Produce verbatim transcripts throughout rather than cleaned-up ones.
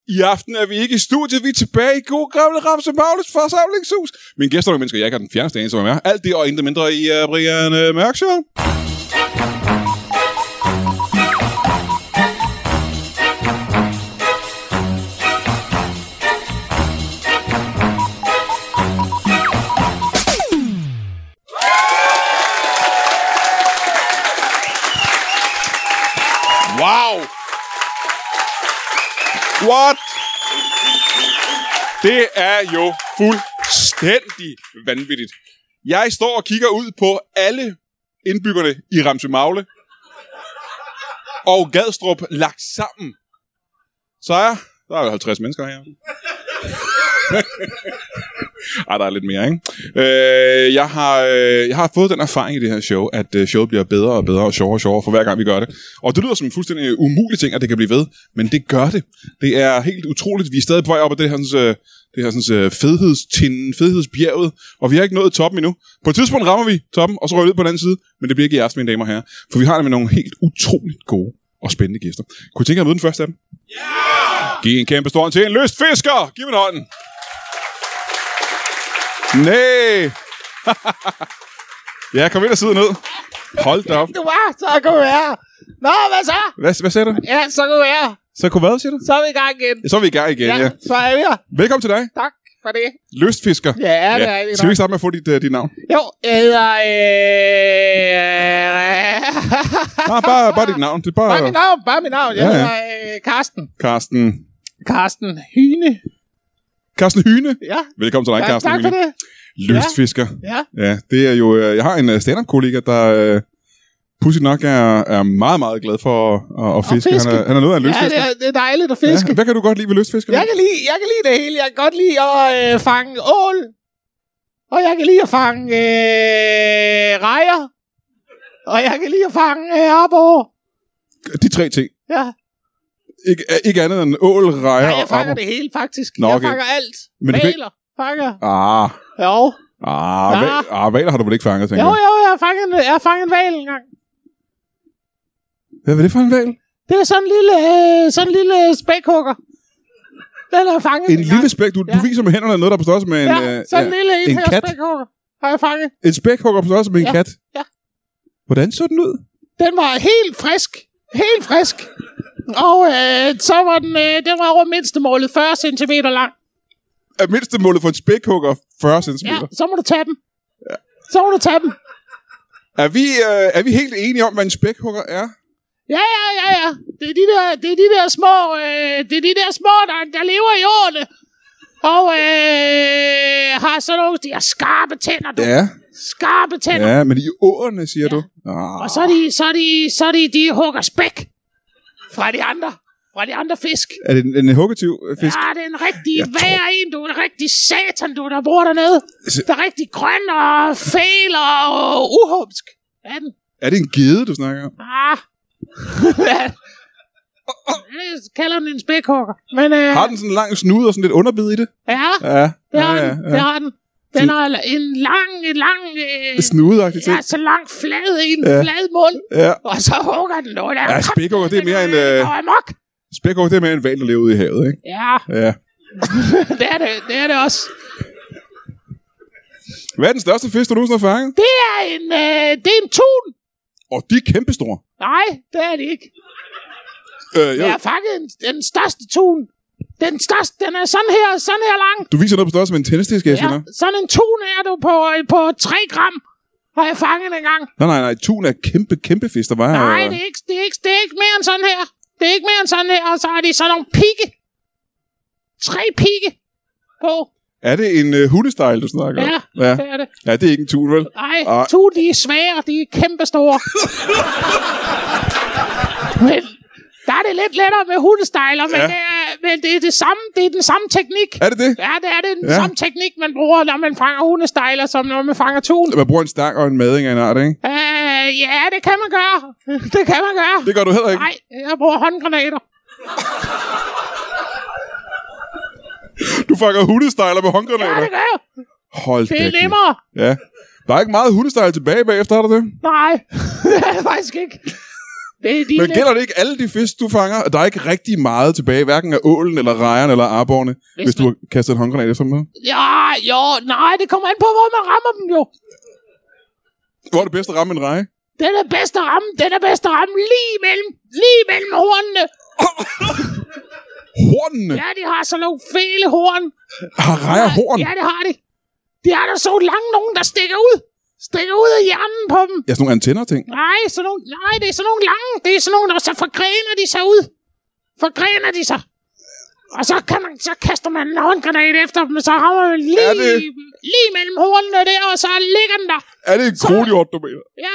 I aften er vi ikke i studiet, vi er tilbage i god gamle Ramse Magles forsamlingshus. Mine gæster og mennesker, jeg ikke har den fjerneste anelse, som er. Alt det og intet mindre i uh, Brian uh, Mørk Show. Wow! What? Det er jo fuldstændig vanvittigt. Jeg står og kigger ud på alle indbyggerne i Ramsø-Magle og Gadstrup lagt sammen. Så er der er jo halvtreds mennesker her. Ej, der er lidt mere, ikke? Øh, jeg, har, øh, jeg har fået den erfaring i det her show, at øh, showet bliver bedre og bedre og sjovere og sjovere for hver gang vi gør det. Og det lyder som en fuldstændig umulig ting, at det kan blive ved, men det gør det. Det er helt utroligt. Vi er stadig på vej op ad det her, sådan, øh, det her sådan, øh, fedhedstinden, fedhedsbjerget, og vi har ikke nået toppen endnu. På et tidspunkt rammer vi toppen, og så rører vi ud på den anden side, men det bliver ikke i aften, mine damer og herrer, for vi har det med nogle helt utroligt gode og spændende gæster. Kunne I tænke jer at møde den første af dem? Yeah! Giv en kæmpe stor hånd til en lystfisker! Giv mig en hånd! Næh! Ja, kom ind og sidde ned. Hold da op. Du var, så kunne være. Nå, hvad så? Hvad, hvad sagde du? Ja, så kunne være. Så kunne hvad, siger du? Så er vi i gang igen. Ja, så er vi i gang igen, ja. Ja, så er vi her. Velkommen til dig. Tak for det. Lystfisker. Ja, det er det. Skal vi ikke starte med at få dit, uh, dit navn? Jo, jeg hedder... Øh... Nej, bare, bare dit navn. Det er bare... bare mit navn, bare mit navn. Jeg Ja, ja. hedder øh, Karsten. Karsten. Karsten Hyne. Karsten Hyne. Ja. Velkommen til dig, Ja, Karsten tak Hyne. for det. Lystfisker. Ja. Ja, det er jo... øh, Jeg har en uh, stand-up-kollega, der... Uh, pudsigt nok er, er meget, meget glad for at, at fiske. fiske. Han, er, han er noget af en Ja, lystfisker. det er, det er dejligt at fiske. Ja, hvad kan du godt lide ved lystfisker? Jeg kan lide, jeg kan lide det hele. Jeg kan godt lide at øh, fange ål. Og jeg kan lide at fange øh, rejer. Og jeg kan lide at fange øh, arbor. De tre ting. Ja. Ikke, ikke andet end ål, rejer Nej, jeg og fanger arbor. det hele, faktisk. Nå, Jeg okay. fanger alt. Men du kan Valer fanger. Ah, Jo. ah, Ja. val, ah, valer har du vel ikke fanget, tænker Jo, jeg. jo, jeg har fanget en, jeg har fanget en val engang. Hvad er det for en val? Det er sådan en lille, øh, sådan en lille spækhugger. Den har jeg fanget En engang. lille spæk. Du, ja. du Ja. viser med hænderne noget, der på størrelse med en... Ja, øh, sådan en lille en, en her kat. spækhugger har jeg fanget. En spækhugger på størrelse med en Ja. kat? Ja. Hvordan så den ud? Den var helt frisk. Helt frisk. Og øh, så var den, øh, den var over mindstemålet fyrre centimeter lang. Er mindstemålet for en spækhugger fyrre centimeter? Ja, så må du tage den. Ja. Så må du tage den. Er vi, øh, er vi helt enige om, hvad en spækhugger er? Ja, ja, ja, ja. Det er de der, det er de der små, øh, det er de der små, der, der lever i åerne. Og øh, har sådan nogle, de har skarpe tænder, du. Ja. Skarpe tænder. Ja, men i åerne, siger Ja. du? Ah. Og så er de, så er de, så er de, de hugger spæk fra de andre. Fra de andre fisk. Er det en, en huggetiv fisk? Ja, det er en rigtig Jeg vær en, du. En rigtig satan, du, der bor dernede. Altså- Der er rigtig grøn og fæl og uhumsk. Er den? Er det en gede, du snakker om? Ah. Jeg kalder den en spækhugger. Men, øh, Har den sådan en lang snude og sådan lidt underbid i det? Ja, Ja. det har ja, den. Det har den. Den har en lang, en lang... Øh, Snudeagtig ting. ja, så lang flad en Ja. flad mund. Ja. Og så hugger den noget der. Ja, spækhugger, det er mere en... Øh, Øh, amok. spækhugger, det er mere en val, der lever ude i havet, ikke? Ja, Ja. det er det. Det er det også. Hvad er den største fisk, du nogensinde har fanget? Det er en, øh, det er en tun. Åh, oh, de er kæmpestore. Nej, det er det ikke. Øh, Jeg har fanget en, den største tun. Den største, den er sådan her, sådan her lang. Du viser noget på størrelse med en tennisdisk, jeg Ja, siger. sådan en tun er du på, på tre gram. Har jeg fanget en gang. Nej, nej, nej. Tun er kæmpe, kæmpe fisk, der vejer... Nej, det er, ikke, det, er ikke, det er ikke mere end sådan her. Det er ikke mere end sådan her. Og så har de sådan nogle pigge. Tre pigge på. Er det en uh, hundestyle, du snakker om? Ja, ja, det er det. Ja, det er ikke en tun, vel? Nej, Ej. tun, de er svære. De er kæmpe store. Men der er det lidt lettere med hundestejler, men, Ja. det er, men det er det samme. Det er den samme teknik. Er det det? Ja, det er det. Den Ja. samme teknik, man bruger, når man fanger hundestejler, som når man fanger tun. Man bruger en stang og en mading af en art, ikke? Øh, ja, det kan man gøre. Det kan man gøre. Det gør du heller ikke. Nej, jeg bruger håndgranater. Du fanger hundestejler med håndgranater. Ja, det gør jeg. Hold Det da er kæft. nemmere. Ja. Der er ikke meget hundestejl tilbage bagefter, er der det? Nej, det er det faktisk ikke. Det er de Men lidt- gælder det ikke alle de fisk, du fanger? Der er ikke rigtig meget tilbage, hverken af ålen, eller rejeren, eller arborne, hvis, hvis du har kastet en håndgranat efter dem med. Ja, jo, nej, det kommer an på, hvor man rammer dem jo. Hvor er det bedst at ramme en reje? Den er bedst at ramme, den er bedst at ramme lige mellem, lige mellem hornene. Hornene? Ja, de har så nogle fæle horn. Har rejer horn? Ja, det har de. De har der så lange nogen, der stikker ud. Stikker ud af hjernen på dem. Ja, sådan nogle antenner-ting. Nej, sådan nogle, nej, det er sådan nogle lange. Det er sådan nogle, der så forgrener de sig ud. Forgrener de sig. Og så, kan man, så kaster man en håndgranat efter dem, og så rammer man lige, det... lige mellem hornene der, og så ligger den der. Er det en kroniort, du mener? Ja.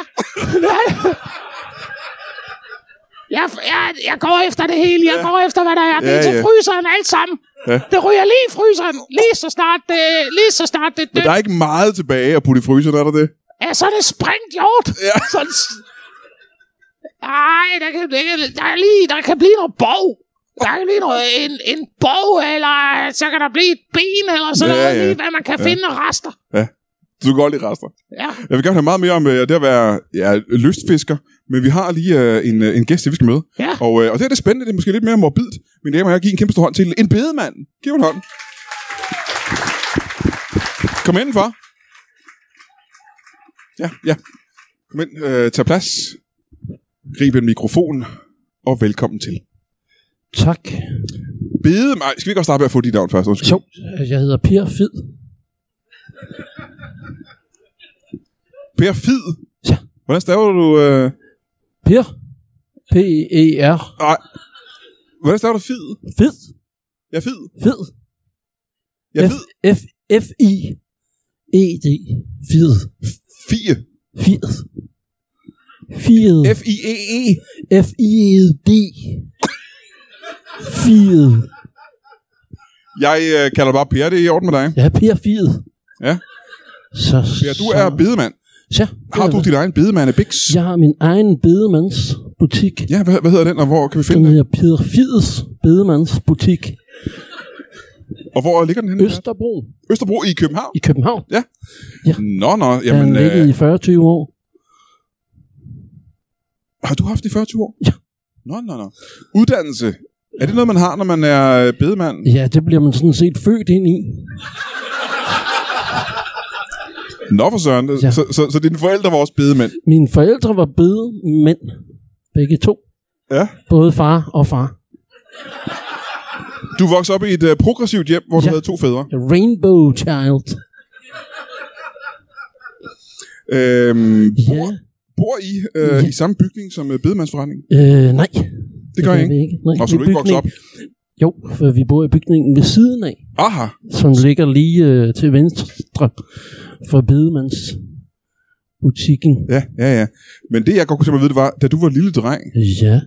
jeg, jeg, jeg går efter det hele. Jeg ja. går efter, hvad der er. Det er Ja, til ja. fryseren alt sammen. Ja. Det ryger lige i fryseren. Lige så snart det, lige så snart det Men der er ikke meget tilbage at putte i fryseren, er der det? Ja, så er det sprængt hjort. Ja. Sådan... Nej, der kan, der, kan, der, er lige, der kan blive noget bog. Der kan blive noget, en, en bog, eller så kan der blive et ben, eller sådan Ja, noget, ja. lige hvad man kan Ja. finde af rester. Ja. Du kan godt lide rester. Ja. Jeg vil gerne have meget mere om uh, det at være ja, lystfisker, men vi har lige uh, en, uh, en gæst, vi skal møde. Ja. Og, uh, og det er det spændende, det er måske lidt mere morbidt. Mine damer og herrer, giv en kæmpe stor hånd til en bedemand. Giv en hånd. Kom indenfor. Ja, ja. Kom ind, uh, tag plads. Grib en mikrofon, og velkommen til. Tak. Bedemand. Skal vi ikke også starte med at få dit navn først? Undskyld. Jo, jeg hedder Per Fid. Per Fid. Ja. Hvordan staver du... Uh... Per. P E R. Nej. Hvordan staver du Fid? Fid. Ja, Fid. Fid. Ja, Fid. F F I E D. Fid. Fie. Fid. Fid. F I E E. F I E D. Fid. Jeg øh, kalder bare Per, det er i orden med dig. Ja, Per Fid. Ja. Så, Per, du er bedemand. Ja. Har du din egen bedemand af Bix? Jeg har min egen bedemandsbutik. Ja, hvad, hvad hedder den, og hvor kan vi finde Den den? hedder Per Fids bedemandsbutik. Og hvor ligger den henne? Østerbro Østerbro i København? i København. Ja. Ja. Nå, nå. Den Jamen, har ligget øh, i fyrre til tyve år. har du haft det i fyrre til tyve år? Ja. Nå, nå, nå. Uddannelse. Er det noget, man har, når man er øh, bedemand? Ja, det bliver man sådan set født ind i. Nå for søren. Ja. Så, så, så dine forældre var også bedemænd? Mine forældre var bedemænd. Begge to. Ja. Både far og far. Du voksede op i et uh, progressivt hjem, hvor ja. du Ja. havde to fædre. Rainbow Child. Øhm, Ja. bor I øh, Ja. i samme bygning som uh, bedemandsforretning? Øh, nej. Det gør I ikke? vi ikke. Nej, Og så vi du ikke vokset op? bygning- Jo, for vi bor i bygningen ved siden af, Aha. som ligger lige øh, til venstre for bedemands butikken. Ja, ja, ja. Men det, jeg godt kunne tænke mig at vide, det var, da du var lille dreng, Ja.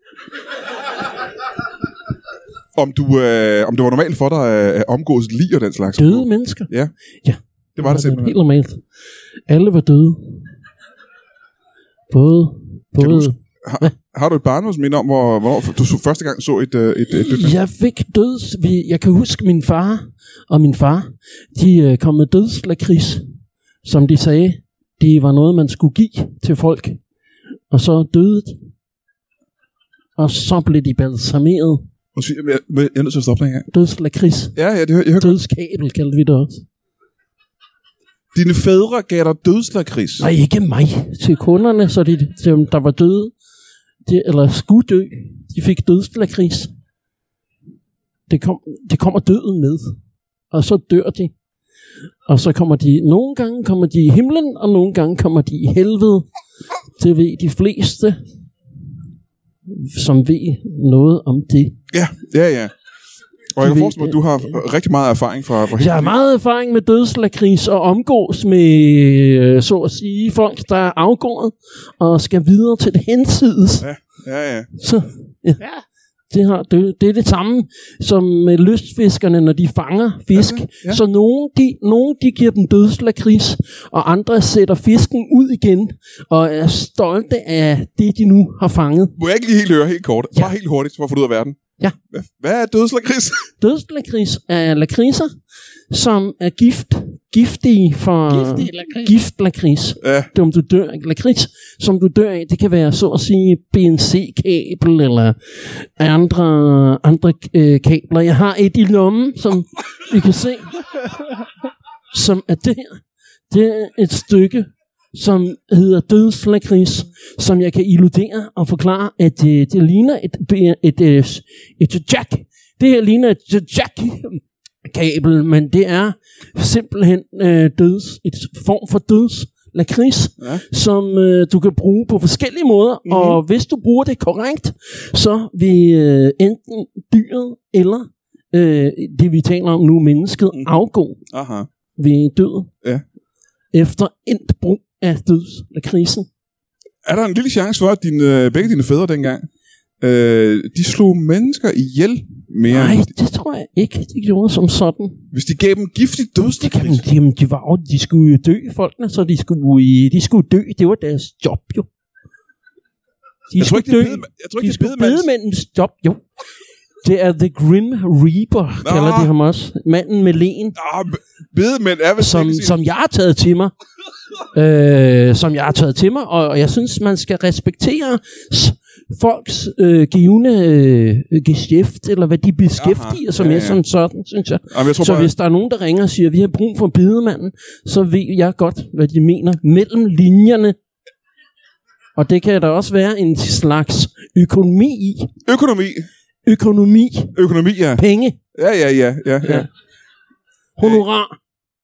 om, du, øh, om det var normalt for dig at øh, omgås lig og den slags. Døde mennesker. Ja. Ja. Det var det simpelthen. Helt normalt. Alle var døde. Både... Kan du både huske- Har, har du et barndomsminde om, hvor, hvornår du så, første gang så et, øh, et, et dødt menneske? Jeg fik døds... vi- Jeg kan huske min far og min far, de øh, kom med dødslakrids, som de sagde, det var noget, man skulle give til folk. Og så døde de. Og så blev de balsameret. Måske, jeg, jeg, jeg er nødt til at stoppe dig en gang. Dødslakrids. Ja, ja, det hør, jeg hører godt. Dødskabel kaldte vi det også. Dine fædre gav dig dødslakrids. Og ikke mig. Til kunderne, så de, dem, der var døde, de, eller skulle dø, de fik dødslakrids. Det, kom, det kommer døden med. Og så dør de. Og så kommer de, nogle gange kommer de i himlen, og nogle gange kommer de i helvede. Det ved de fleste, som ved noget om det. Ja, ja, ja. Og jeg De kan ved- forestille mig, at du har rigtig meget erfaring fra... fra Jeg har meget erfaring med dødslakrids og omgås med, øh, så at sige, folk, der er afgået og skal videre til det hensides. Ja, ja, ja. Så ja, Ja. det, har, det, det er det samme som med lystfiskerne, når de fanger fisk. Ja, ja. Så nogen de, nogen de giver dem dødslakrids, og andre sætter fisken ud igen og er stolte af det, de nu har fanget. Må jeg ikke lige helt høre helt kort? Bare Ja. helt hurtigt, for at få det ud af verden. Ja. Hvad, hvad er dødslakrids? Dødslakrids er lakridser, som er gift giftige for Giftig lakrids. giftlakrids, Ja. som du dør af. Lakrids, som du dør af, det kan være så at sige B N C-kabel eller andre, andre øh, kabler. Jeg har et i lommen, som I kan se, som er det her. Det er et stykke, som hedder dødslakrids, som jeg kan illudere og forklare, at øh, det ligner et, et, et, et, et jack. Det her ligner et jack-kabel, men det er simpelthen øh, døds, et form for dødslakrids, Ja. som øh, du kan bruge på forskellige måder, mm-hmm. og hvis du bruger det korrekt, så vil øh, enten dyret eller øh, det vi taler om nu, mennesket, mm-hmm. afgå Aha. ved døden. Ja. Efter endt brug af dødslakrisen. Er der en lille chance for, at dine, begge dine fædre dengang, øh, de slog mennesker ihjel mere? Nej, end det tror jeg ikke, de gjorde som sådan. Hvis de gav dem giftig dødslakrids? Jamen, jamen, de, var jo, de skulle jo dø, folkene, så de skulle, de skulle dø. Det var deres job, jo. De Jeg tror ikke, det er dø. bedemand- jeg tror ikke, de det er skulle bedemandens- bedemændens job, jo. Det er The Grim Reaper, Nå. kalder de ham også. Manden med len, Ah, bedemænd er vist som, ikke som jeg har taget til mig. øh, som jeg har taget til mig, og, og jeg synes, man skal respektere s- folks øh, givende øh, geschæft, eller hvad de beskæftiger sig ja, med, ja. som sådan, synes jeg. Jamen, jeg tror Så bare, hvis der er nogen, der ringer og siger, at vi har brug for bedemanden, så ved jeg godt, hvad de mener mellem linjerne. Og det kan der også være en slags økonomi i. økonomi. Økonomi. Økonomi, ja. Penge. Ja, ja, ja, ja, ja. Ja. Honorar.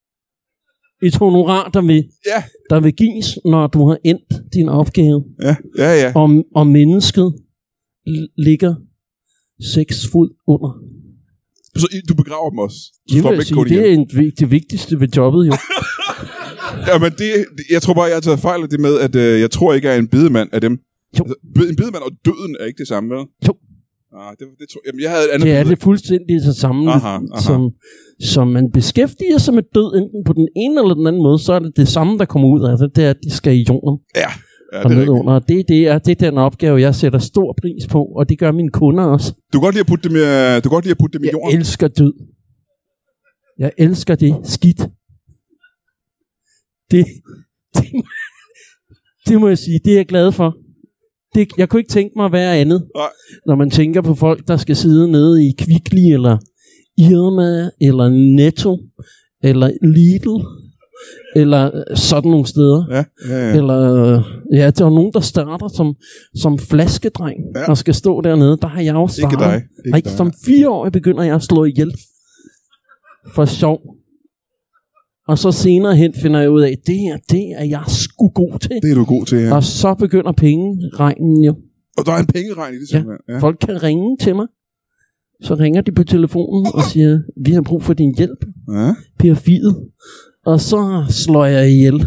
Et honorar, der vil, Ja, der vil gives, når du har endt din opgave. ja, ja, ja. Om, om mennesket l- ligger seks fod under. Så I- du begraver dem også? Du Det slår vil dem jeg ikke sige, kun det er ihjel? en, vi- det vigtigste ved jobbet, jo. Ja, men det, jeg tror bare, jeg har taget fejl af det med, at øh, jeg tror ikke, jeg er en bedemand af dem. Jo. Altså, be- en bedemand og døden er ikke det samme, vel? Jo. Ah, det, det tror, jamen, jeg havde et andet Det er billede. det fuldstændig det samme, Aha, aha. som, som man beskæftiger sig med død, enten på den ene eller den anden måde, så er det det samme, der kommer ud af det. Det er, at de skal i jorden Ja, ja, og det er ned rigtigt. under. Og det, det, er, det er den opgave, jeg sætter stor pris på, og det gør mine kunder også. Du kan godt lide at putte dem i, øh, du kan godt lide at putte dem i Jeg jorden. elsker død. Jeg elsker det skidt. Det, det, må, det må jeg sige, det er jeg glad for. Det, jeg kunne ikke tænke mig at være andet, Nej. når man tænker på folk, der skal sidde nede i Kvickly, eller Irma, eller Netto, eller Lidl, eller sådan nogle steder. Ja, ja, ja. Eller, ja, der er nogen, der starter som, som flaskedreng, Ja. ja. og skal stå dernede. Der har jeg jo startet. Ikke dig. Ikke Nej, dig. som fireårig begynder jeg at slå ihjel. For sjov. Og så senere hen finder jeg ud af, det her, det er jeg sgu god til. Det er du god til, ja. Og så begynder pengeregnen jo. Og der er en pengeregn i det, Ja. simpelthen. Ja. Folk kan ringe til mig. Så ringer de på telefonen og siger, vi har brug for din hjælp, Ja. Per Fid. Og så slår jeg ihjel.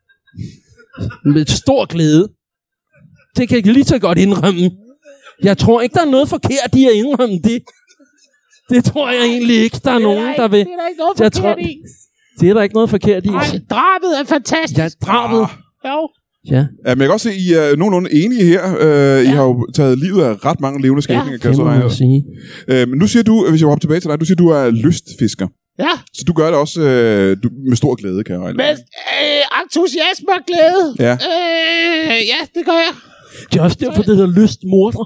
Med stor glæde. Det kan jeg lige så godt indrømme. Jeg tror ikke, der er noget forkert i at indrømme det. Det tror jeg egentlig ikke, der er nogen, der vil. Det er der ikke noget Jeg forkert tror- i. Det er der ikke noget forkert i. Nej, drabet er fantastisk. Ja, drabet. Jo. Ja, Ja, men jeg kan også se, at I er nogenlunde enige her. Uh, ja. I har jo taget livet af ret mange levende skabninger, Ja, kan jeg det så må regne man ud. sige. Uh, men nu siger du, hvis jeg hopper tilbage til dig, du siger, du er lystfisker. Ja, Så du gør det også uh, du, med stor glæde, kan jeg regne ud. med øh, entusiasme og glæde. Ja. Øh, ja, det gør jeg. Det er også derfor, det hedder lystmorder.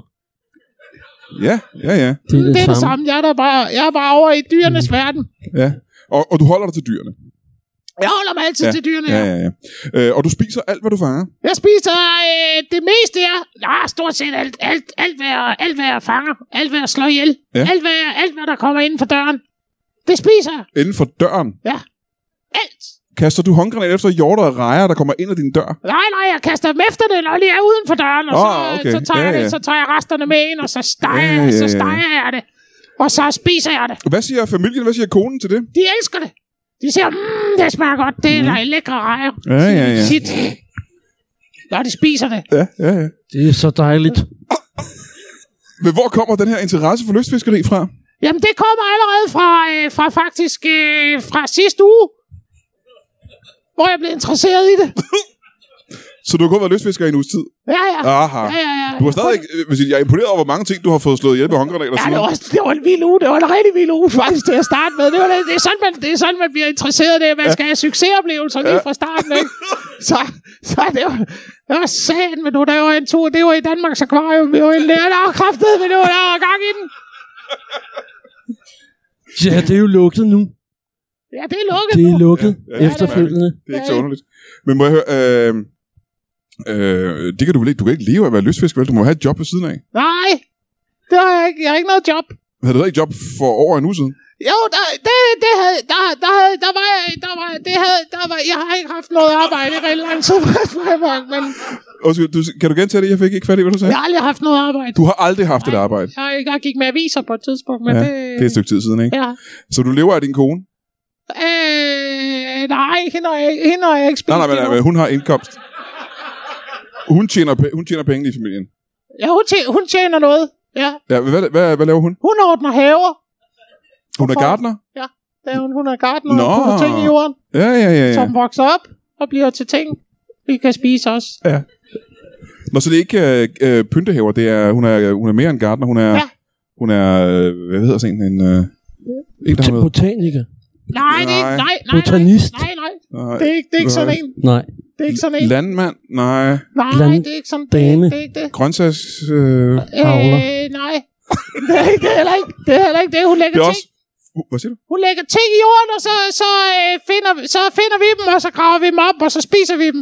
Ja, ja, ja. Det er det, Det er det samme. samme. Jeg er, der bare, jeg er bare over i dyrenes mm. verden. ja. Og, og du holder dig til dyrene. Jeg holder mig altid Ja, til dyrene. Ja, ja, ja. Uh, og du spiser alt, hvad du fanger. Jeg spiser øh, det meste, jeg... Nej, stort set alt, alt, alt, hvad, jeg- alt, hvad jeg fanger. Alt, hvad jeg slår ihjel. Ja. Alt, hvad, jeg- alt, hvad der kommer inden for døren. Det spiser jeg. Inden for døren. Ja. Alt. Kaster du håndgranater efter hjorter og rejer, der kommer ind ad din dør? Nej, nej, jeg kaster dem efter det, når de er uden for døren. Og Åh, så, okay. så, tager Ja, jeg ja. det, så tager jeg resterne med ind, og så steger, Ja, ja, så ja. steger jeg det. Og så spiser jeg det. Hvad siger familien? Hvad siger konen til det? De elsker det. De siger, mmm, det smager godt. Det er mm. lækre rejer. Ja, ja, ja. Shit. Når de spiser det. Ja, ja, ja. Det er så dejligt. Men hvor kommer den her interesse for lystfiskeri fra? Jamen, det kommer allerede fra, øh, fra faktisk øh, fra sidste uge, hvor jeg blev interesseret i det. Så du har kun været lystfisker i en uges tid? Ja, ja. Aha. Ja, ja, ja. Du har stadig, jeg er imponeret over, hvor mange ting, du har fået slået ihjel med håndgranater. Ja, det var, det var en vild uge. Det var en rigtig vild uge, faktisk, til at starte med. Det, var, det, er, sådan, man, det er sådan, man bliver interesseret i det. Man skal have succesoplevelser lige fra starten, ikke? Så, så det var, det var sat, men nu, der var en tur. Det var i Danmarks Akvarium. Vi var en der, der var kraftet, men det var der var gang i den. Ja, det er jo lukket nu. Ja, det er lukket Det er nu. lukket Ja, ja, efterfølgende. Det er ikke så underligt. Men må jeg høre, øh, øh, det kan du vel ikke, du kan ikke leve af at være lystfisker, vel? Du må have et job ved siden af. Nej, det har jeg ikke. Jeg har ikke noget job. Havde du ikke et job for over en uge siden? Jo, der, det, det havde, der, der, havde, der var jeg, der var, det havde, der var, jeg har ikke haft noget arbejde i rigtig lang tid, men Undskyld, du, kan du gentage det? Jeg fik ikke fat i, hvad du sagde. jeg har aldrig haft noget arbejde. Du har aldrig haft et arbejde. Jeg, jeg gik med aviser på et tidspunkt, men Ja, det... det er et stykke tid siden, ikke? Ja. Så du lever af din kone? Øh, nej, hende har jeg, hende har jeg ikke spist Nej, nej, men endnu. nej, hun har indkomst. Hun tjener, pe- hun tjener penge i familien. Ja, hun tjener, hun tjener noget. Ja. Ja, hvad, hvad, hvad laver hun? Hun ordner haver. Hun er folk. gartner? Ja, det er hun. Hun er gartner Nå. og putter ting i jorden, Ja, ja, ja, ja. som vokser op og bliver til ting, vi kan spise også. ja. Nå, så det er ikke øh, øh, pyntehaver, det er, hun, er, hun er mere en gartner. Hun er, Ja. hun er øh, hvad hedder sådan en, en, øh, en der har med. Botaniker. Nej, det er ikke, Nej. nej, nej, Botanist. nej, nej, Nej. det er ikke, det er ikke sådan en. Nej. Det er ikke sådan en. Landmand? Nej. Nej, Land- det er ikke sådan. Det er, dame. det er ikke det. Grøntsags... Øh, Avler. Øh, nej. Det er, ikke, det er heller ikke det. Er heller ikke det. Hun lægger det er ting. også... Uh, hvad siger du? Hun lægger ting i jorden, og så, så, øh, finder, så finder vi dem, og så graver vi dem op, og så spiser vi dem.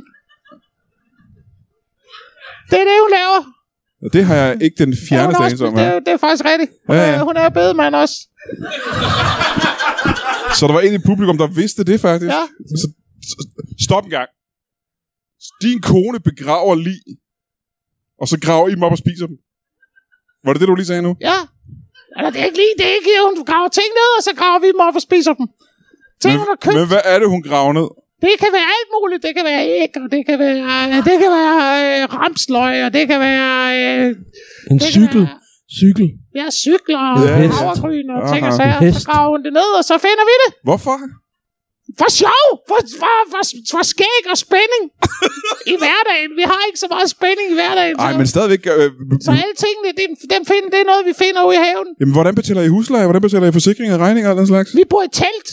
Det er det, hun laver. Og det har jeg ikke den Ja, hun fjerneste er anelse også, om det, her. er- det er faktisk rigtigt. Hun, Ja, ja, ja. ja. hun er bedemand også. Så der var en i publikum, der vidste det faktisk. Ja. Så, så, stop en gang. Din kone begraver lig, og så graver I dem op og spiser dem. Var det det, du lige sagde nu? Ja. Eller det er ikke lige, det er ikke, hun graver ting ned, og så graver vi dem op og spiser dem. Ting, hun har købt. Men hvad er det, hun graver ned? Det kan være alt muligt. Det kan være æg, og det kan være, det kan være øh, ramsløg, og det kan være... Øh, En det kan cykel. være- Cykel. Ja, cykler og Ja, hest. havregryn og ting og Aha. sager. Hest. Så graver hun det ned, og så finder vi det. Hvorfor? For sjov! For, for, for, for skæg og spænding i hverdagen. Vi har ikke så meget spænding i hverdagen. Nej, så, men stadigvæk... Øh, så alle tingene, det, dem find, det er noget, vi finder ude i haven. jamen, hvordan betaler I husleje? Hvordan betaler I forsikringer og regninger og den slags? Vi bor i telt,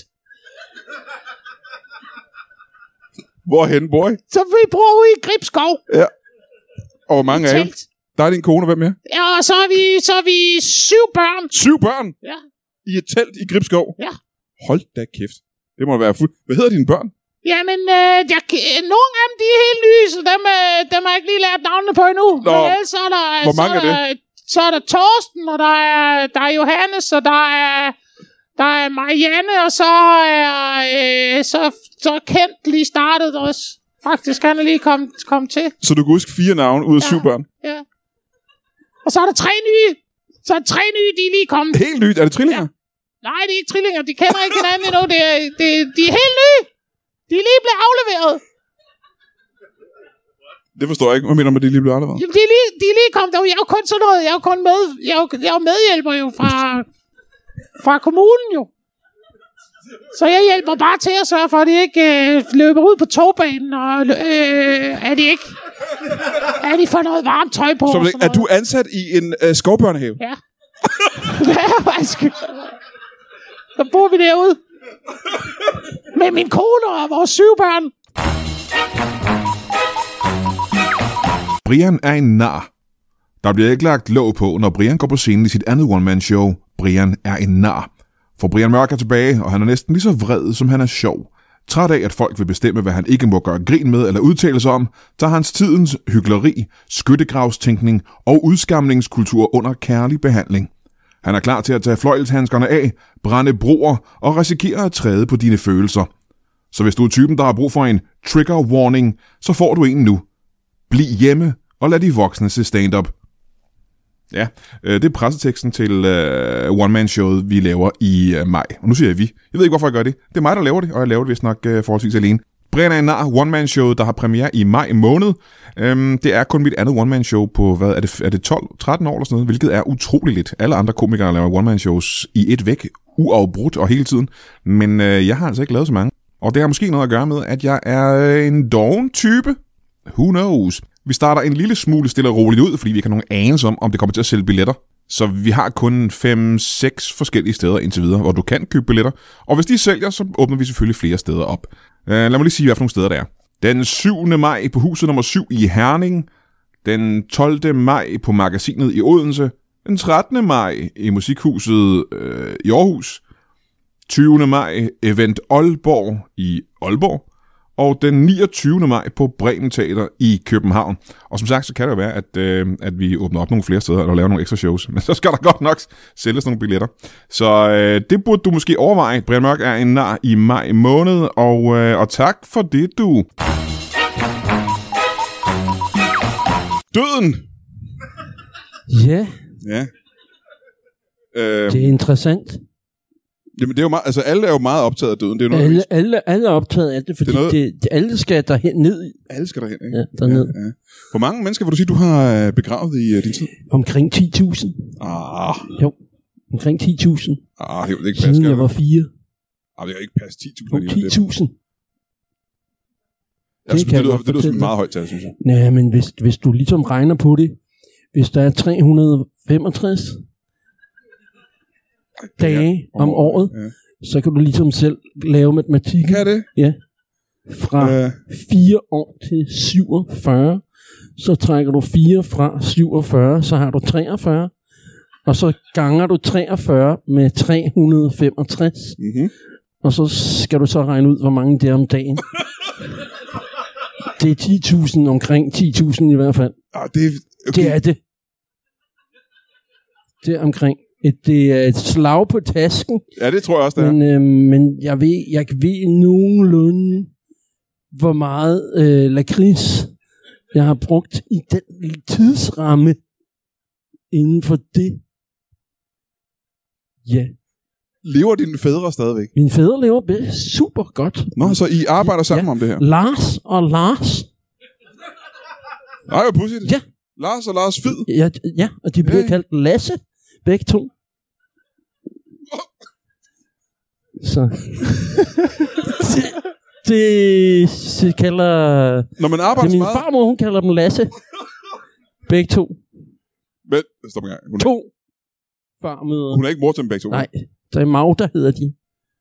Hvorhen, boy? så vi bor ude i Gribskov. Ja. Og hvor mange I af jer? telt. Der er din kone, og hvem mere? Ja, og så er vi, så er vi syv børn. Syv børn Ja, i et telt i Gribskov. Ja. Hold da kæft. Det må være fuld... Hvad hedder dine børn? jamen, øh, jeg, øh, nogle af dem, de er helt nye, så dem, øh, dem har jeg ikke lige lært navnene på endnu. Nå. Men ellers så er der... Hvor mange så er der, Så er der Torsten, og der er, der er Johannes, og der er... Der er Marianne, og så er øh, så, så Kent lige startet også. Faktisk, han er lige kommet, kommet til. Så du kan huske fire navne ud af Ja. syv børn. Ja. Og så er der tre nye. Så er tre nye, de er lige kommet. Helt nyt. Er det trillinger? Nej, det er ikke trillinger. De kender ikke hinanden endnu. Det er, det, de er helt nye. De er lige blevet afleveret. Det forstår jeg ikke. Hvad mener du med, det lige blev afleveret? Jamen, de er lige, de er lige kommet. Jeg er jo kun sådan noget. Jeg er jo kun med. Jeg er jo, jeg er jo medhjælper jo fra, fra kommunen jo. Så jeg hjælper bare til at sørge for, at de ikke øh, løber ud på togbanen, og øh, er de ikke... Er de får noget varmt tøj på. Så og er sådan du noget. ansat i en øh, skovbørnehave? Ja. Ja, faktisk. Så bor vi derude. Med min kone og vores syv børn. Brian er en nar. Der bliver ikke lagt låg på, når Brian går på scenen i sit andet one-man-show. Brian er en nar. For Brian Mørk er tilbage, og han er næsten lige så vred, som han er sjov. Træt af, at folk vil bestemme, hvad han ikke må gøre grin med eller udtale sig om, tager hans tidens hykleri, skyttegravstænkning og udskamningskultur under kærlig behandling. Han er klar til at tage fløjlshandskerne af, brænde broer og risikere at træde på dine følelser. Så hvis du er typen, der har brug for en trigger warning, så får du en nu. Bliv hjemme og lad de voksne se stand-up. Ja, øh, det er presseteksten til øh, one-man-showet, vi laver i øh, maj. Og nu siger jeg vi. Jeg ved ikke, hvorfor jeg gør det. Det er mig, der laver det, og jeg laver det vist nok øh, forholdsvis alene. Brian er en nar, one-man-showet, der har premiere i maj måned. Øhm, det er kun mit andet one-man-show på, hvad er det, er det tolv tretten år eller sådan noget, hvilket er utroligt lidt. Alle andre komikere laver one-man-shows i et væk, uafbrudt og hele tiden. Men øh, jeg har altså ikke lavet så mange. Og det har måske noget at gøre med, at jeg er en doven type. Who knows? Vi starter en lille smule stille og roligt ud, fordi vi ikke har nogen anelse om, om det kommer til at sælge billetter. Så vi har kun fem seks forskellige steder indtil videre, hvor du kan købe billetter. Og hvis de sælger, så åbner vi selvfølgelig flere steder op. Uh, lad mig lige sige, hvad for nogle steder der er. Den syvende maj på huset nummer syv i Herning. Den tolvte maj på Magasinet i Odense. Den trettende maj i Musikhuset øh, i Aarhus. tyvende maj Event Aalborg i Aalborg. Og den niogtyvende maj på Bremen Teater i København. Og som sagt, så kan det jo være, at, øh, at vi åbner op nogle flere steder, og laver nogle ekstra shows. Men så skal der godt nok sælges nogle billetter. Så øh, det burde du måske overveje. Brian Mørk er en nar i maj måned, og, øh, og tak for det, du. Døden! Ja, Ja. Øh, det er interessant. jamen, det er jo meget, altså alle er jo meget optaget af døden. Det er jo noget, Alle, alle, alle er optaget af det, fordi Det er noget- det det, alle skal derhen ned alle skal derhen, ikke? ja, derned. Ja, ja. Hvor mange mennesker vil du sige, du har øh, begravet i uh, din tid? Omkring ti tusind. Ah, Jo, omkring ti tusind. ah det vil ikke passe. Siden jeg var fire. Ah, det kan ikke passe. ti tusind Jo, alligevel. ti tusind. Jeg synes, kan det, lyder, jeg godt det lyder som fortælle et meget højt tal, synes jeg. Nej, men hvis, hvis du ligesom regner på det, hvis der er tre hundrede og femogtres dage om året, Ja. så kan du ligesom selv lave matematikken. Kan det? Ja. Fra Øh, fire år til syvogfyrre, så trækker du fire fra syvogfyrre, så har du treogfyrre, og så ganger du treogfyrre med tre hundrede og femogtres, mm-hmm. og så skal du så regne ud, hvor mange det er om dagen. Det er ti tusind, omkring ti tusind i hvert fald. ah, det, okay. Det er det. Det er omkring. Et, det er et slag på tasken, Ja, det tror jeg også, det er. men, øh, men jeg ved, jeg ved nogenlunde, hvor meget øh, lakrids jeg har brugt i den tidsramme inden for det. Ja. Lever dine fædre stadigvæk? Min fædre lever be- super godt. Nå, så I arbejder sammen Ja. om det her? Lars og Lars. Nej, hvor pudsigt. Ja. Lars og Lars Fid. Ja, ja og de bliver Ja. kaldt Lasse. Begge to. Så. det, det, det kalder... Når man Det arbejder er så min meget... farmor, hun kalder dem Lasse. Begge to. Men, stop en gang. Hun, To farmødre. hun er ikke mor til dem begge to. Nej, så er Magda hedder de.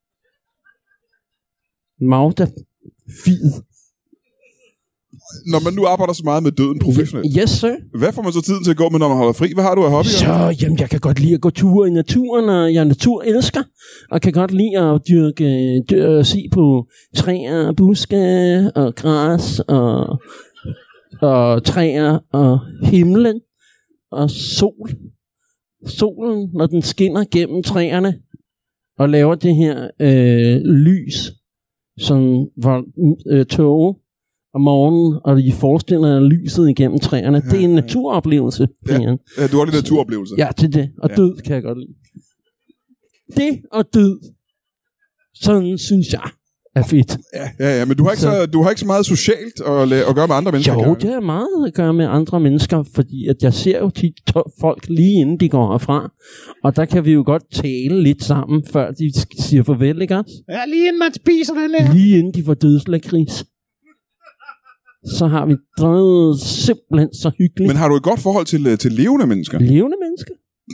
Magda Fid. Når man nu arbejder så meget med døden professionelt, Yes, sir. hvad får man så tiden til at gå med, når man holder fri? Hvad har du af hobbyer? Så, jamen, jeg kan godt lide at gå ture i naturen, og jeg er naturelsker, og kan godt lide at dyrke, dyrke se på træer, buske og græs, og, og træer, og himlen, og sol. Solen, når den skinner gennem træerne, og laver det her øh, lys, som var øh, tåge om morgenen, og I forestiller jer lyset igennem træerne. Det er en naturoplevelse. Ja. Ja. Ja, du har lidt naturoplevelse. Ja, til det. Og Ja. død kan jeg godt lide. Det og død, sådan synes jeg, er fedt. Ja, ja, ja, men du har ikke så, Så- du har ikke så meget socialt at, la- at gøre med andre mennesker. Jo, kan jeg? det har meget at gøre med andre mennesker, fordi at jeg ser jo tit to- folk lige inden de går herfra, og der kan vi jo godt tale lidt sammen, før de sk- siger farvel, ikke også? Ja, lige inden man spiser den her. Lige inden de får dødslakris. Så har vi drevet simpelthen så hyggeligt. Men har du et godt forhold til, øh, til levende mennesker? Levende mennesker?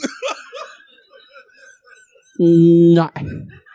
Mm, nej.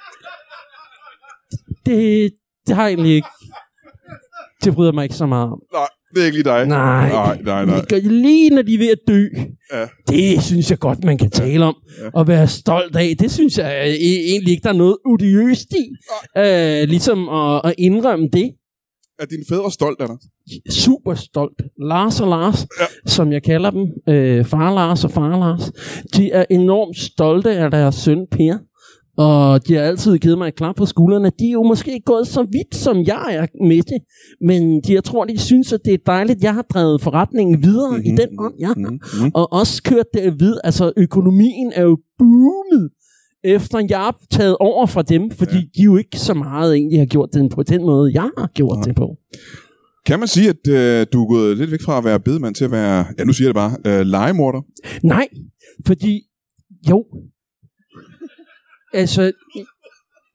Det, det har jeg egentlig ikke. Det bryder mig ikke så meget om. Nej, det er ikke lige dig. Nej. Nej, nej, nej. Det gør lige når de er ved at dø. Ja. Det synes jeg godt, man kan tale om. Ja. Og være stolt af. Det synes jeg øh, egentlig ikke, der er noget odiøst i. Øh, ligesom at, at indrømme det. Er din fædre stolt af dig? Super stolt. Lars og Lars, Ja. ja. som jeg kalder dem, øh, far Lars og far Lars, de er enormt stolte af deres søn Per. Og de har altid givet mig et klap på skuldrene. De er jo måske ikke gået så vidt, som jeg er med det. Men de, jeg tror, de synes, at det er dejligt, jeg har drevet forretningen videre mm-hmm. i den ånd, ja. Mm-hmm. Og også kørt det videre. Altså, økonomien er jo boomet, efter jeg har taget over fra dem. Fordi ja. de jo ikke så meget egentlig har gjort den på den måde, jeg har gjort ja. det på. Kan man sige, at øh, du er gået lidt væk fra at være bedemand til at være, ja nu siger jeg det bare, øh, legemorder? Nej, fordi, jo. Altså,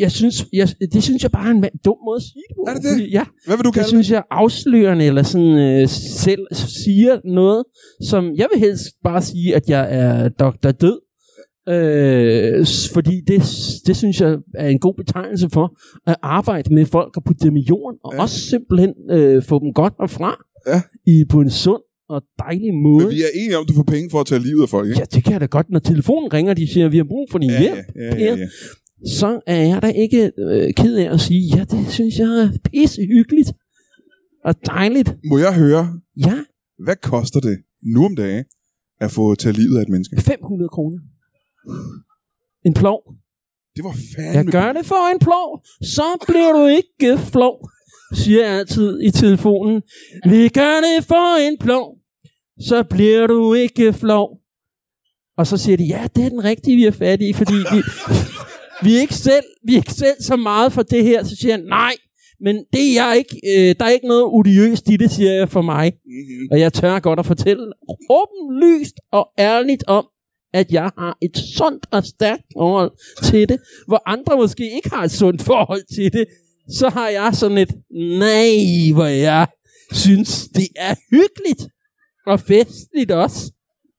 jeg synes, jeg, det synes jeg bare er en dum måde at sige det på. Er det det? Fordi, ja, Hvad vil du kalde det? synes jeg er afslørende, eller sådan øh, selv siger noget, som jeg vil helst bare sige, at jeg er doktor Død. Øh, fordi det, det synes jeg er en god betegnelse for at arbejde med folk og putte dem i jorden, og Ja. også simpelthen øh, få dem godt herfra Ja. i, på en sund og dejlig måde. Men vi er enige om, at du får penge for at tage livet af folk, ikke? Ja, det kan jeg da godt. Når telefonen ringer, de siger, at vi har brug for din ja, hjælp, ja, ja, ja, ja. så er jeg da ikke øh, ked af at sige, ja, det synes jeg er pisse hyggeligt og dejligt. Må jeg høre, Ja, hvad koster det nu om dagen at få taget livet af et menneske? fem hundrede kroner. En plov. Det var fandme... Jeg gør det for en plov, så bliver du ikke flov, siger jeg altid i telefonen. Vi gør det for en plov, så bliver du ikke flov. Og så siger de, ja, det er den rigtige, vi er fat i, fordi vi, vi, er ikke selv, vi er ikke selv så meget for det her. Så siger jeg, nej, men det er jeg ikke, øh, der er ikke noget odiøst i det, siger jeg for mig. Mm-hmm. Og jeg tør godt at fortælle åbenlyst og ærligt om, at jeg har et sundt og stærkt forhold til det, hvor andre måske ikke har et sundt forhold til det. Så har jeg sådan et, nej, hvor jeg synes, det er hyggeligt og festligt også.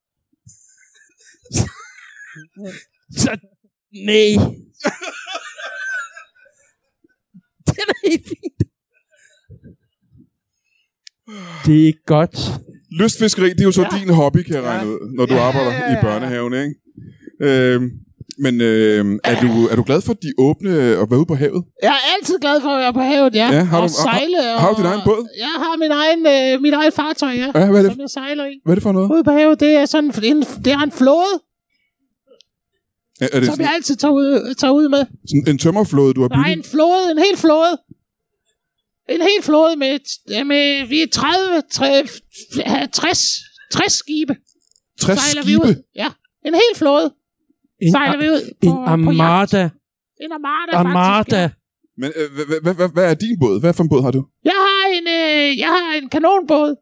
Så, så nej. Det er helt fint. Det er godt. Lystfiskeri, det er jo så Ja. din hobby, kan jeg regne ud, når du Ja, arbejder ja, ja. i børnehaven, ikke? Øhm, men øh, er, du, er du glad for de åbne og være ude på havet? Jeg er altid glad for at være på havet, ja. Ja, har og du- har- sejle. har- har du din egen båd? Jeg har min egen, øh, mit eget fartøj, ja. Ja, hvad er det, Som jeg sejler i. hvad er det for noget? Ude på havet, det er sådan en, det er en flåde, Er, er det som sådan, jeg altid tager ud, tager ud med. sådan en tømmerflåde, du har Nej, bygget? en flåde, en hel flåde. En hel flåde med, med vi er tredive, tres, tres skibe. tres Sejler vi skibe? ud. Ja, en hel flåde En, sejler vi ud på, en på jagt. armada. En armada, Armada. faktisk. Ja. Men øh, hvad, hvad, hvad, hvad er din båd? Hvad for en båd har du? Jeg har en, øh, jeg har en kanonbåd.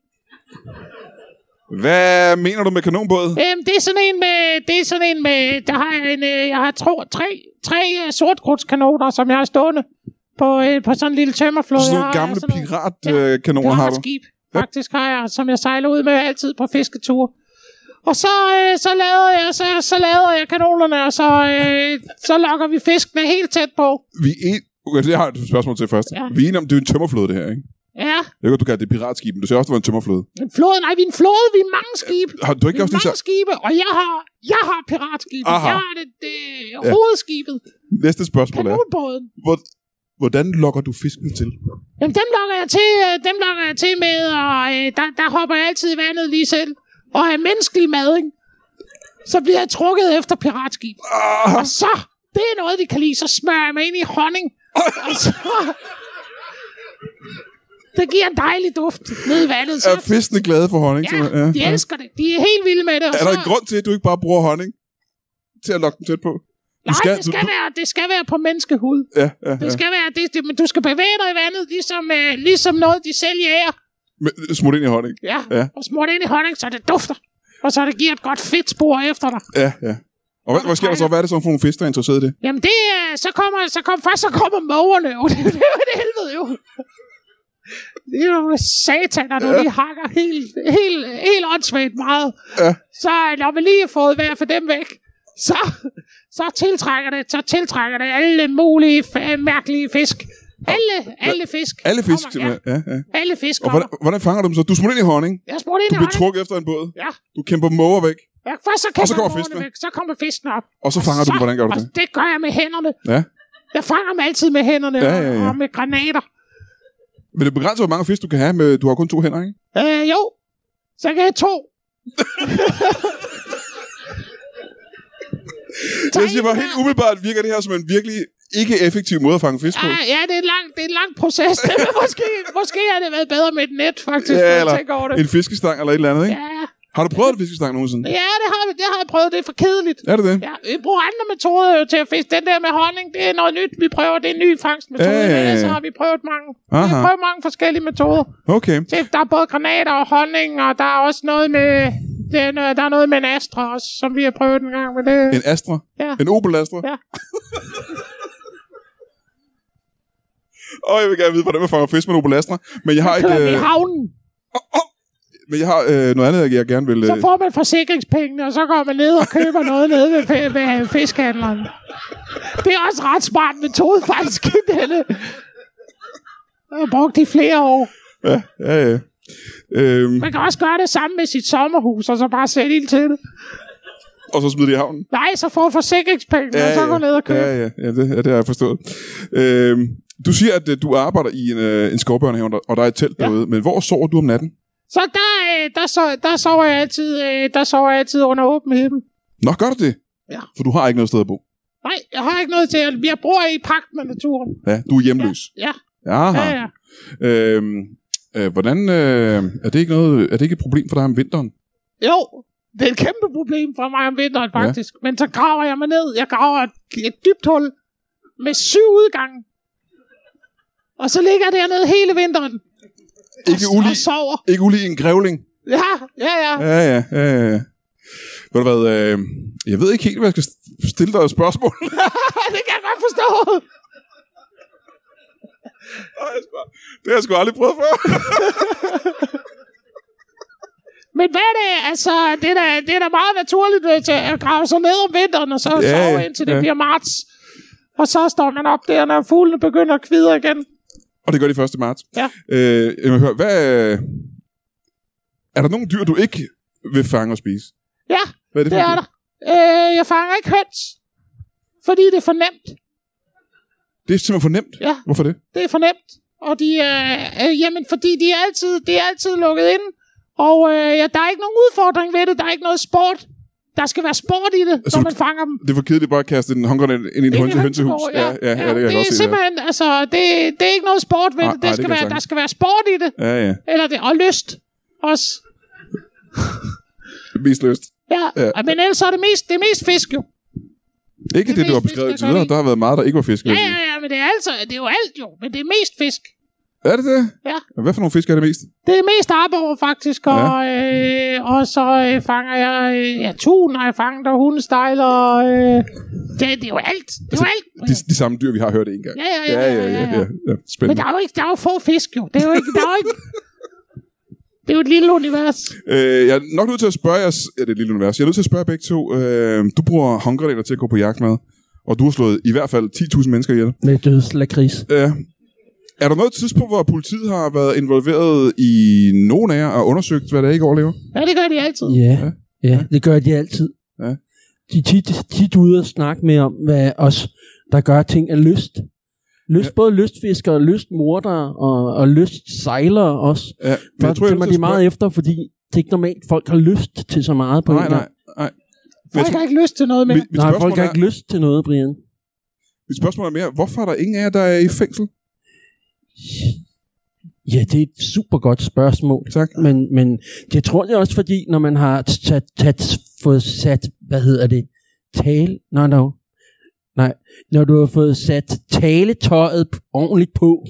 Hvad mener du med kanonbåd? Øhm, det er sådan en med, det er sådan en med, der har jeg en, øh, jeg har tro, tre, tre øh, sortkrudskanoner, som jeg har stående på, øh, på sådan en lille tømmerflåde. Sådan Jeg nogle har gamle sådan nogle piratkanoner har du? piratskib, faktisk har jeg, som jeg sejler ud med altid på fisketure. Og så, øh, så, lavede jeg, så, så lavede jeg kanonerne, og så, øh, så lokker vi fiskene helt tæt på. Vi er en... Okay, det har jeg et spørgsmål til først. Ja. Vi er enige om, det er en tømmerflåde, det her, ikke? Ja, Jeg ved godt, du kalder det piratskib, men du siger også, det var en tømmerflåde. en flåde, nej, vi er en flåde, vi er mange skibe. Har du Vi ikke er også lige mange så... skibe, og jeg har, jeg har piratskibet. Aha. Jeg har det, det hovedskibet. Næste spørgsmål er, Kanonbåden. hvor, hvordan lokker du fiskene til? Jamen, dem lokker jeg til, øh, dem lokker jeg til med, og øh, der, der hopper jeg altid i vandet lige selv. Og er menneskelig mad, ikke? Så bliver jeg trukket efter piratskib. Ah, Og så, det er noget, de kan lide, så smører jeg mig ind i honning. Og så... Det giver en dejlig duft ned i vandet. Så, er fiskene glade for honning? ja, simpelthen? de elsker det. De er helt vilde med det. Og Er der så, en grund til, at du ikke bare bruger honning til at lokke dem tæt på? Du nej, det, skal du, være, det skal være på menneskehud. ja, ja, Det ja. skal være, det, det, men du skal bevæge dig i vandet, ligesom, øh, ligesom noget, de selv jæger. Men, smut ind i honning. Ja, Ja. ja. Og smurt ind i honning, så det dufter. Og så det giver et godt fedt spor efter dig. Ja, ja. Og hvad, hvad sker der så? Hvad er det så for nogle fisk, der er interesseret i det? Jamen det er, så kommer, så kommer, først så kommer mågerne jo. Det, det er jo et helvede jo. Det er jo sataner, når ja. de hakker helt, helt, helt åndssvagt meget. Ja. Så når vi lige har fået hver for dem væk, så, så tiltrækker det, så tiltrækker det alle mulige f- mærkelige fisk. Alle, alle fisk. Alle fisk, kommer, simpelthen. Ja, ja. ja. Alle fisk Og hvordan, hvordan fanger du dem så? Du smutter ind i honning. Jeg spurgte ind Du i bliver honning. trukket efter en båd. Ja. Du kæmper måger væk. Ja, først så, Og så kommer kommer mågerne fiskene. væk, så kommer fisken op. Og så fanger du dem. Hvordan gør du og det? det gør jeg med hænderne. Ja. Jeg fanger dem altid med hænderne Ja, ja, ja. og med granater. Men det begrænser, hvor mange fisk du kan have. Med, du har kun to hænder, ikke? Øh, jo. Så kan jeg to. Jeg siger bare, helt umiddelbart virker det her som en virkelig ikke effektiv måde at fange fisk på. Ja, ja, det er en lang, det er en lang proces. Det er måske, måske har det været bedre med et net, faktisk, Ja, når jeg eller tænker over det. en fiskestang eller et eller andet, ikke? Ja, Har du prøvet en fiskestang nogensinde? ja det, har, det har jeg prøvet. Det er for kedeligt. Er det det? Ja, vi bruger andre metoder jo til at fiske. Den der med honning, det er noget nyt. Vi prøver, det er en ny fangstmetode. Ja, ja, ja, ja. Så har vi prøvet mange. Vi Aha. har prøvet mange forskellige metoder. Okay. Det, der er både granater og honning, og der er også noget med... Det er noget, der er noget med en Astra også, som vi har prøvet en gang med det. En Astra? Ja. En Opel Astra? Ja. Og jeg vil gerne vide, hvordan man fanger fisk med Obolastra. Men jeg har ikke... Kører Øh... i havnen. Oh, oh. Men jeg har øh, noget andet, jeg gerne vil... Øh... Så får man forsikringspengene, og så går man ned og køber noget nede ved, ved, ved fiskhandleren. Det er også ret smart metode, faktisk. Denne. Jeg har brugt i flere år. Ja, ja, ja. Øhm... Man kan også gøre det samme med sit sommerhus, og så bare sætte ild til det. Og så smide det i havnen? Nej, så får forsikringspengene, ja, og så ja. går ned og køber. Ja, ja, ja det, ja, det har jeg forstået. Øhm, du siger, at du arbejder i en, øh, en skovbørnehave, og der er et telt ja. derude. Men hvor sover du om natten? Så der, der, så, der, sover jeg altid, der sover jeg altid under åben himmel. Nå, gør du det? Ja. For du har ikke noget sted at bo? Nej, jeg har ikke noget til. Jeg bor i pagt med naturen. Ja, du er hjemløs? Ja. Ja, ja, ja. Øhm, øh, hvordan, øh, er, det ikke noget, er det ikke et problem for dig om vinteren? Jo, det er et kæmpe problem for mig om vinteren, faktisk. Ja. Men så graver jeg mig ned. Jeg graver et, et dybt hul med syv udgange. Og så ligger jeg dernede hele vinteren. Ikke og, ulig, og sover. Ikke ulig en grævling? Ja, ja, ja. Ja, ja, ja, ja. Ved du hvad, øh, jeg ved ikke helt, hvad jeg skal stille dig et spørgsmål. Det kan jeg godt forstå. Det har jeg sgu aldrig prøvet før. Men hvad er det? Altså, det er da, det er da meget naturligt til at grave sig ned om vinteren, og så ja, sove indtil det ja. bliver marts. Og så står man op der, når fuglene begynder at kvidre igen. Og det gør de første marts. Ja. Øh, jeg vil høre, hvad... Er der nogle dyr, du ikke vil fange og spise? Ja, hvad er det, det er der. Øh, jeg fanger ikke høns, fordi det er for nemt. Det er simpelthen for nemt? Ja. Hvorfor det? Det er for nemt. Og de er... Øh, jamen, fordi de er altid, de er altid lukket inde. Og øh, ja, der er ikke nogen udfordring ved det. Der er ikke noget sport. Der skal være sport i det, altså, når man fanger dem. Det er for kedeligt bare at kaste en håndgranat ind i en hønse, hønsehus. Ja, ja, ja, ja, det, det er se, simpelthen, ja. altså, det, det er ikke noget sport ved nej, det. det, nej, skal det være, der skal være sport i det. Ja, ja. Eller det, og lyst også. Mest lyst. Ja, ja, men ellers er det mest, det er mest fisk jo. Ikke det, det du har beskrevet til videre. Der har været meget, der ikke var fisk. Ja, ja, ja, men det er, altså, det er jo alt jo. Men det er mest fisk. Er det det? Ja. Hvad for nogle fisk er det mest? Det er mest arbor, faktisk. Og, ja. øh, og så øh, fanger jeg... Øh, ja, tun har jeg fanget, og hundestejler. Og, øh, det, det er jo alt. Det er altså, jo alt. De, de samme dyr, vi har hørt en gang. Ja, ja, ja. ja, ja, ja, ja. ja, ja. Spændende. Men der er jo ikke, der er jo få fisk, jo. Det er jo ikke... Der er jo ikke det er jo et lille univers. Øh, jeg er nok nødt til at spørge jer... Ja, det er et lille univers. Jeg er nødt til at spørge begge to. Øh, du bruger håndgranater til at gå på jagt med. Og du har slået i hvert fald ti tusind mennesker ihjel. Med dødslakrids. Ja. Er der noget tidspunkt, hvor politiet har været involveret i nogen af jer og undersøgt, hvad der ikke overlever? Ja, det gør de altid. Ja, ja. ja det gør de altid. Ja. De er tit, tit ude og snakke med om, hvad os, der gør ting af lyst. Lyst, ja. Både lystfiskere, lystmordere og, og lystsejlere også. Ja, men jeg tror, jeg de meget efter, fordi det er ikke normalt, folk har lyst til så meget på nej, en nej, nej. Folk har ikke lyst til noget mere. Mit, mit nej, folk har ikke lyst til noget, Brian. Mit spørgsmål er mere, hvorfor er der ingen af jer, der er i fængsel? Ja, det er et super godt spørgsmål. Tak. Men, men det tror jeg også, fordi når man har sat, tat, fået sat, hvad hedder det, tale, no, no. Nej, når du har fået sat taletøjet ordentligt på,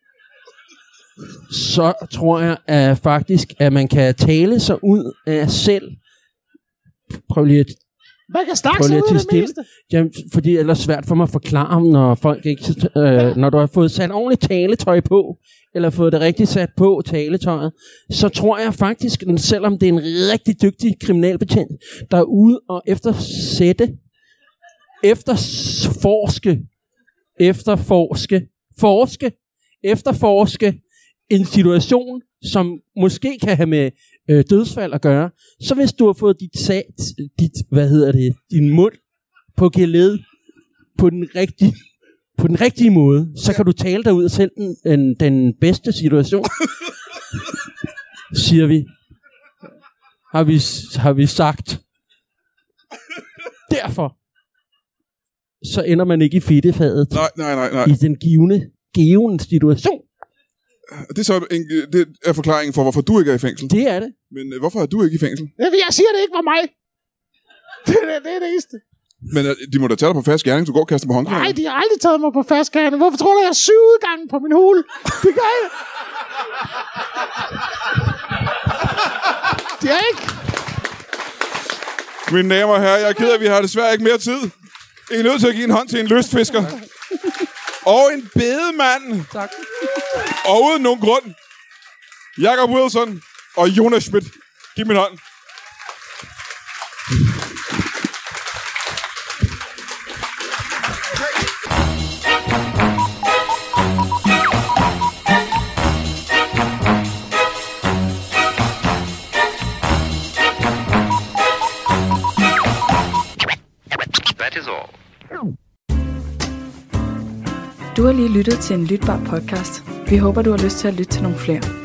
så tror jeg at faktisk, at man kan tale sig ud af selv. Prøv lige at Man kan snakke sig ud af det meste. Jamen, fordi det er svært for mig at forklare, når folk ikke, øh, ja. når du har fået sat ordentligt taletøj på, eller fået det rigtig sat på taletøjet, så tror jeg faktisk, selvom det er en rigtig dygtig kriminalbetjent, der er ude og eftersætte, efterforske, efterforske, forske, efterforske en situation, som måske kan have med øh, dødsfald at gøre, så hvis du har fået dit, sat, dit hvad hedder det, din mund på geled på den rigtige, på den rigtige måde, så kan du tale dig ud af selv den, den, den bedste situation, siger vi. Har vi, har vi sagt. Derfor så ender man ikke i fedtefadet nej, nej, nej, nej. i den givende, givende situation. Det er så en, det er forklaringen for, hvorfor du ikke er i fængsel. Det er det. Men øh, hvorfor er du ikke i fængsel? Jeg siger, det ikke var mig. Det er det, det, er det eneste. Men øh, de må da tage dig på fast gerning, så du går og kaster på håndgranater. Nej, de har aldrig taget mig på fast gerning. Hvorfor tror du, jeg har syv udgange på min hule? Det gør jeg. Det er ikke. Mine damer og herrer, jeg er ked af, at vi har desværre ikke mere tid. I er nødt til at give en hånd til en lystfisker. Og en bedemand. Tak. Og uden nogen grund. Jakob Wilson og Jonas Schmidt. Giv min hånd. That is all. Du har lige lyttet til en lytbar podcast. Vi håber, du har lyst til at lytte til nogle flere.